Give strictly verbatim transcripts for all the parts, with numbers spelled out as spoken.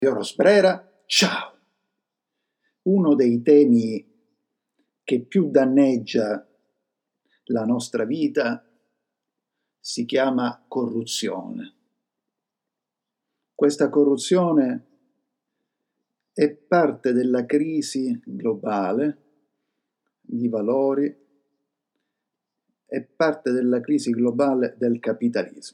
Piero Sbrera, ciao! Uno dei temi che più danneggia la nostra vita si chiama corruzione. Questa corruzione è parte della crisi globale di valori, è parte della crisi globale del capitalismo.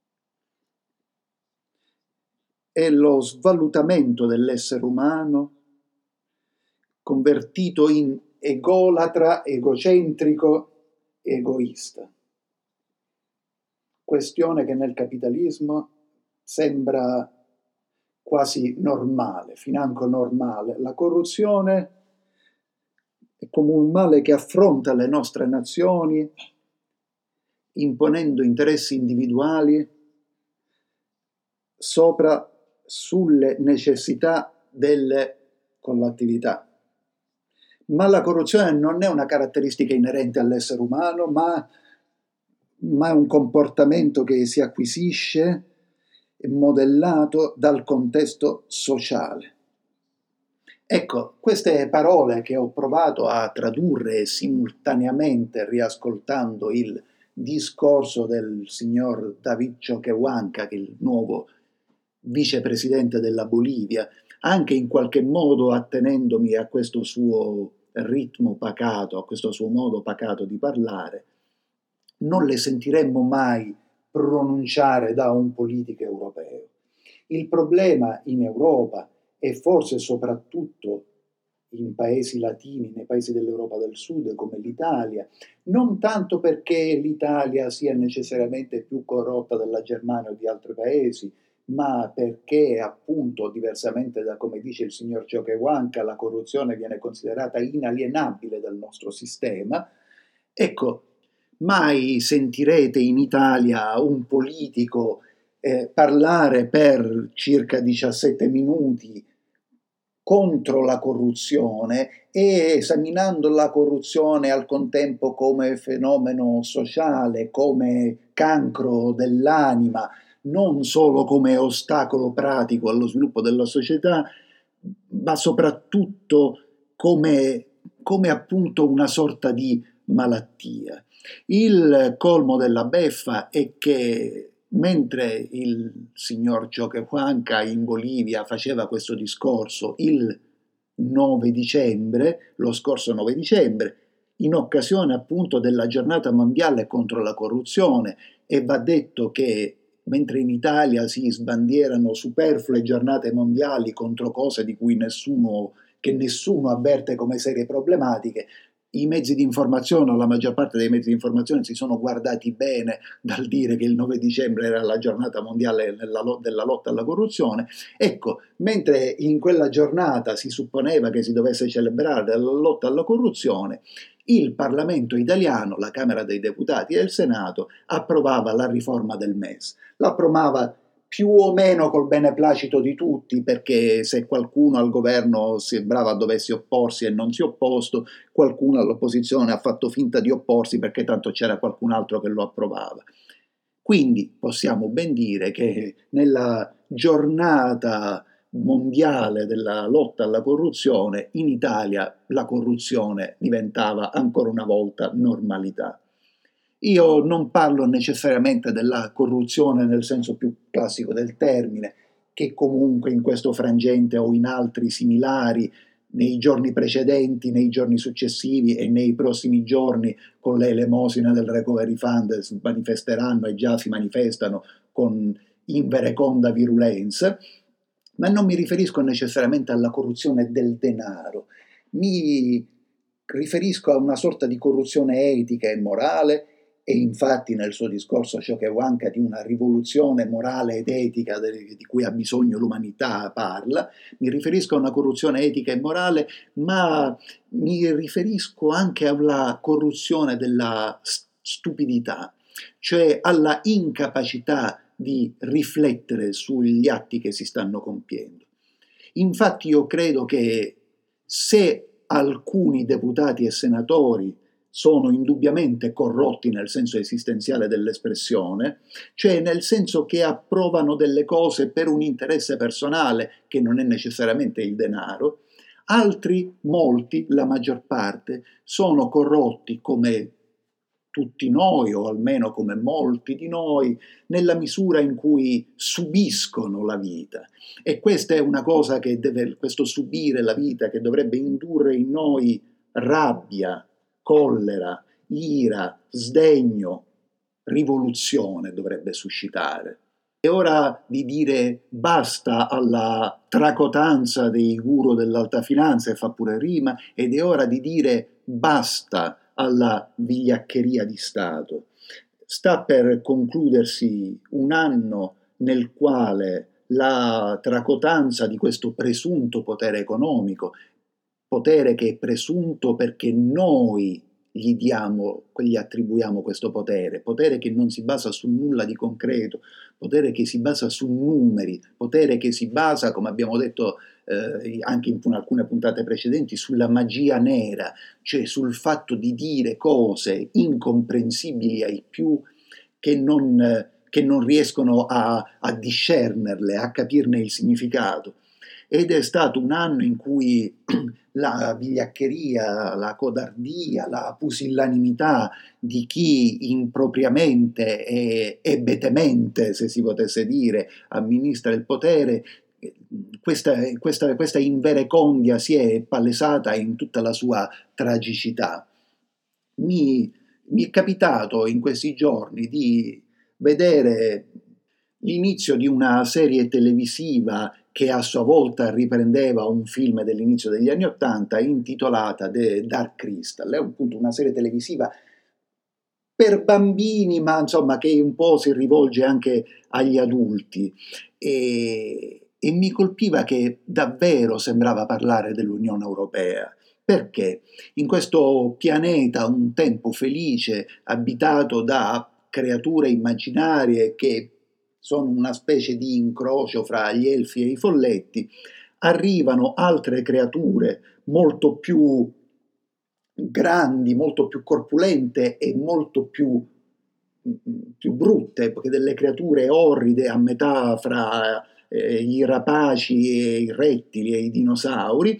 È lo svalutamento dell'essere umano convertito in egolatra, egocentrico, egoista. Questione che nel capitalismo sembra quasi normale, financo normale. La corruzione è come un male che affronta le nostre nazioni, imponendo interessi individuali sopra sulle necessità delle collettività. Ma la corruzione non è una caratteristica inerente all'essere umano, ma, ma è un comportamento che si acquisisce modellato dal contesto sociale. Ecco, queste parole che ho provato a tradurre simultaneamente riascoltando il discorso del signor David Choquehuanca, che è il nuovo vicepresidente della Bolivia, anche in qualche modo attenendomi a questo suo ritmo pacato, a questo suo modo pacato di parlare, non le sentiremmo mai pronunciare da un politico europeo. Il problema in Europa e forse soprattutto in paesi latini, nei paesi dell'Europa del Sud come l'Italia, non tanto perché l'Italia sia necessariamente più corrotta della Germania o di altri paesi, ma perché appunto, diversamente da come dice il signor Choquehuanca, la corruzione viene considerata inalienabile dal nostro sistema. Ecco, mai sentirete in Italia un politico eh, parlare per circa diciassette minuti contro la corruzione e esaminando la corruzione al contempo come fenomeno sociale, come cancro dell'anima, non solo come ostacolo pratico allo sviluppo della società, ma soprattutto come, come appunto una sorta di malattia. Il colmo della beffa è che mentre il signor Choquehuanca in Bolivia faceva questo discorso il nove dicembre, lo scorso nove dicembre, in occasione appunto della giornata mondiale contro la corruzione, e va detto che mentre in Italia si sbandierano superflue giornate mondiali contro cose di cui nessuno, che nessuno avverte come serie problematiche, i mezzi di informazione, o la maggior parte dei mezzi di informazione, si sono guardati bene dal dire che il nove dicembre era la giornata mondiale della, della lotta alla corruzione. Ecco, mentre in quella giornata si supponeva che si dovesse celebrare la lotta alla corruzione, il Parlamento italiano, la Camera dei Deputati e il Senato approvava la riforma del M E S. L'approvava più o meno col beneplacito di tutti, perché se qualcuno al governo sembrava dovesse opporsi e non si è opposto, qualcuno all'opposizione ha fatto finta di opporsi perché tanto c'era qualcun altro che lo approvava. Quindi possiamo ben dire che nella giornata mondiale della lotta alla corruzione, in Italia la corruzione diventava ancora una volta normalità. Io non parlo necessariamente della corruzione nel senso più classico del termine, che comunque in questo frangente o in altri similari, nei giorni precedenti, nei giorni successivi e nei prossimi giorni con le elemosine del Recovery Fund si manifesteranno e già si manifestano con invereconda virulenza, ma non mi riferisco necessariamente alla corruzione del denaro, mi riferisco a una sorta di corruzione etica e morale. E infatti nel suo discorso Choquehuanca di una rivoluzione morale ed etica di cui ha bisogno l'umanità parla. Mi riferisco a una corruzione etica e morale, ma mi riferisco anche alla corruzione della stupidità, cioè alla incapacità di riflettere sugli atti che si stanno compiendo. Infatti io credo che se alcuni deputati e senatori sono indubbiamente corrotti nel senso esistenziale dell'espressione, cioè nel senso che approvano delle cose per un interesse personale che non è necessariamente il denaro. Altri, molti, la maggior parte, sono corrotti come tutti noi, o almeno come molti di noi, nella misura in cui subiscono la vita. E questa è una cosa che deve, questo subire la vita, che dovrebbe indurre in noi rabbia, collera, ira, sdegno, rivoluzione dovrebbe suscitare. È ora di dire basta alla tracotanza dei guru dell'alta finanza, e fa pure rima, ed è ora di dire basta alla vigliaccheria di Stato. Sta per concludersi un anno nel quale la tracotanza di questo presunto potere economico, potere che è presunto perché noi gli diamo, gli attribuiamo questo potere, potere che non si basa su nulla di concreto, potere che si basa su numeri, potere che si basa, come abbiamo detto eh, anche in alcune puntate precedenti, sulla magia nera, cioè sul fatto di dire cose incomprensibili ai più che non, eh, che non riescono a, a discernerle, a capirne il significato. Ed è stato un anno in cui la vigliaccheria, la codardia, la pusillanimità di chi impropriamente e, e betemente, se si potesse dire, amministra il potere, questa, questa, questa inverecondia si è palesata in tutta la sua tragicità. Mi, mi è capitato in questi giorni di vedere l'inizio di una serie televisiva che a sua volta riprendeva un film dell'inizio degli anni Ottanta intitolata The Dark Crystal. È appunto una serie televisiva per bambini, ma insomma che un po' si rivolge anche agli adulti. E, e mi colpiva che davvero sembrava parlare dell'Unione Europea. Perché in questo pianeta un tempo felice, abitato da creature immaginarie che sono una specie di incrocio fra gli elfi e i folletti, arrivano altre creature molto più grandi, molto più corpulente e molto più, più brutte, perché delle creature orride a metà fra eh, i rapaci e i rettili e i dinosauri,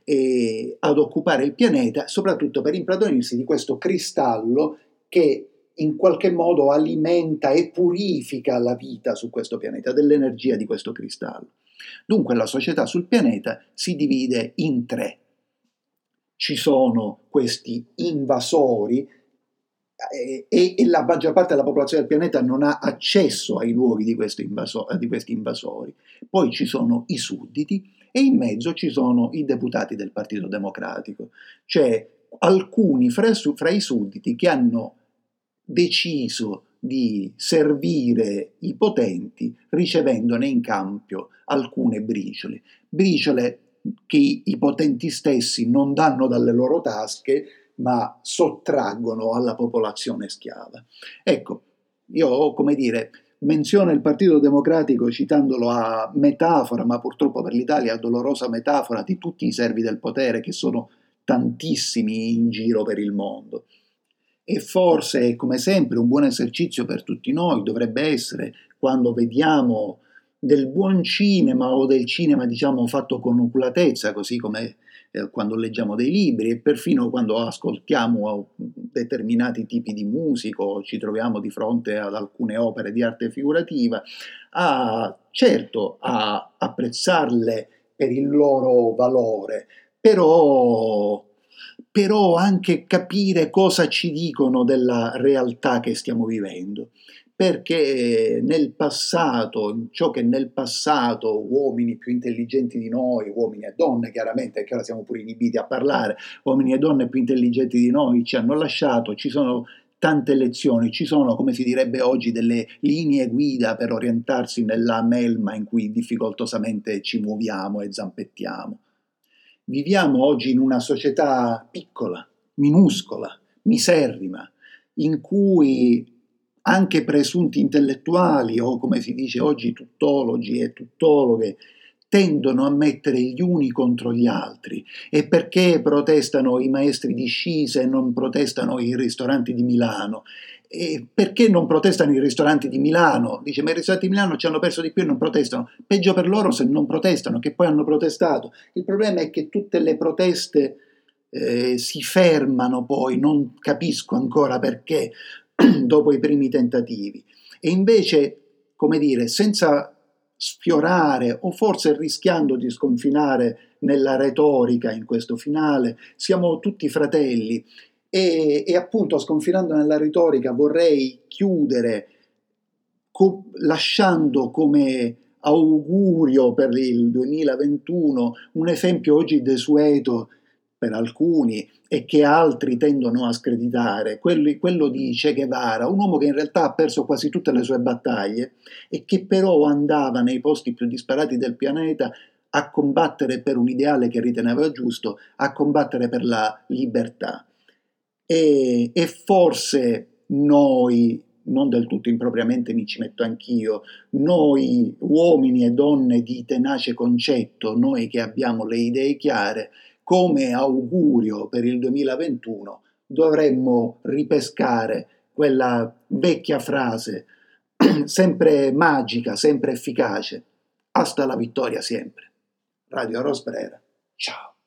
e ad occupare il pianeta, soprattutto per impadronirsi di questo cristallo che in qualche modo alimenta e purifica la vita su questo pianeta, dell'energia di questo cristallo. Dunque la società sul pianeta si divide in tre. Ci sono questi invasori eh, e, e la maggior parte della popolazione del pianeta non ha accesso ai luoghi di, invaso- di questi invasori. Poi ci sono i sudditi e in mezzo ci sono i deputati del Partito Democratico, cioè alcuni fra, fra i sudditi che hanno deciso di servire i potenti ricevendone in cambio alcune briciole, briciole che i potenti stessi non danno dalle loro tasche, ma sottraggono alla popolazione schiava. Ecco, io, come dire, menziono il Partito Democratico citandolo a metafora, ma purtroppo per l'Italia a dolorosa metafora di tutti i servi del potere, che sono tantissimi in giro per il mondo. E forse, come sempre, un buon esercizio per tutti noi dovrebbe essere, quando vediamo del buon cinema o del cinema, diciamo, fatto con oculatezza, così come eh, quando leggiamo dei libri e perfino quando ascoltiamo determinati tipi di musica o ci troviamo di fronte ad alcune opere di arte figurativa, a, certo a apprezzarle per il loro valore, però però anche capire cosa ci dicono della realtà che stiamo vivendo, perché nel passato, ciò che nel passato uomini più intelligenti di noi, uomini e donne chiaramente, che ora siamo pure inibiti a parlare, uomini e donne più intelligenti di noi ci hanno lasciato, ci sono tante lezioni, ci sono, come si direbbe oggi, delle linee guida per orientarsi nella melma in cui difficoltosamente ci muoviamo e zampettiamo. Viviamo oggi in una società piccola, minuscola, miserrima, in cui anche presunti intellettuali o, come si dice oggi, tuttologi e tuttologhe tendono a mettere gli uni contro gli altri. E perché protestano i maestri di sci se non protestano i ristoranti di Milano? E perché non protestano i ristoranti di Milano? Dice, ma i ristoranti di Milano ci hanno perso di più e non protestano. Peggio per loro se non protestano, che poi hanno protestato. Il problema è che tutte le proteste eh, si fermano poi, non capisco ancora perché, dopo i primi tentativi. E invece, come dire, senza sfiorare o forse rischiando di sconfinare nella retorica in questo finale, siamo tutti fratelli e, e appunto sconfinando nella retorica vorrei chiudere co- lasciando come augurio per il duemilaventuno un esempio oggi desueto per alcuni e che altri tendono a screditare, quello, quello di Che Guevara, un uomo che in realtà ha perso quasi tutte le sue battaglie e che però andava nei posti più disparati del pianeta a combattere per un ideale che riteneva giusto, a combattere per la libertà. E, e forse noi, non del tutto impropriamente mi ci metto anch'io, noi uomini e donne di tenace concetto, noi che abbiamo le idee chiare, come augurio per il duemilaventuno dovremmo ripescare quella vecchia frase, sempre magica, sempre efficace, hasta la vittoria sempre. Radio Rosbrera, ciao.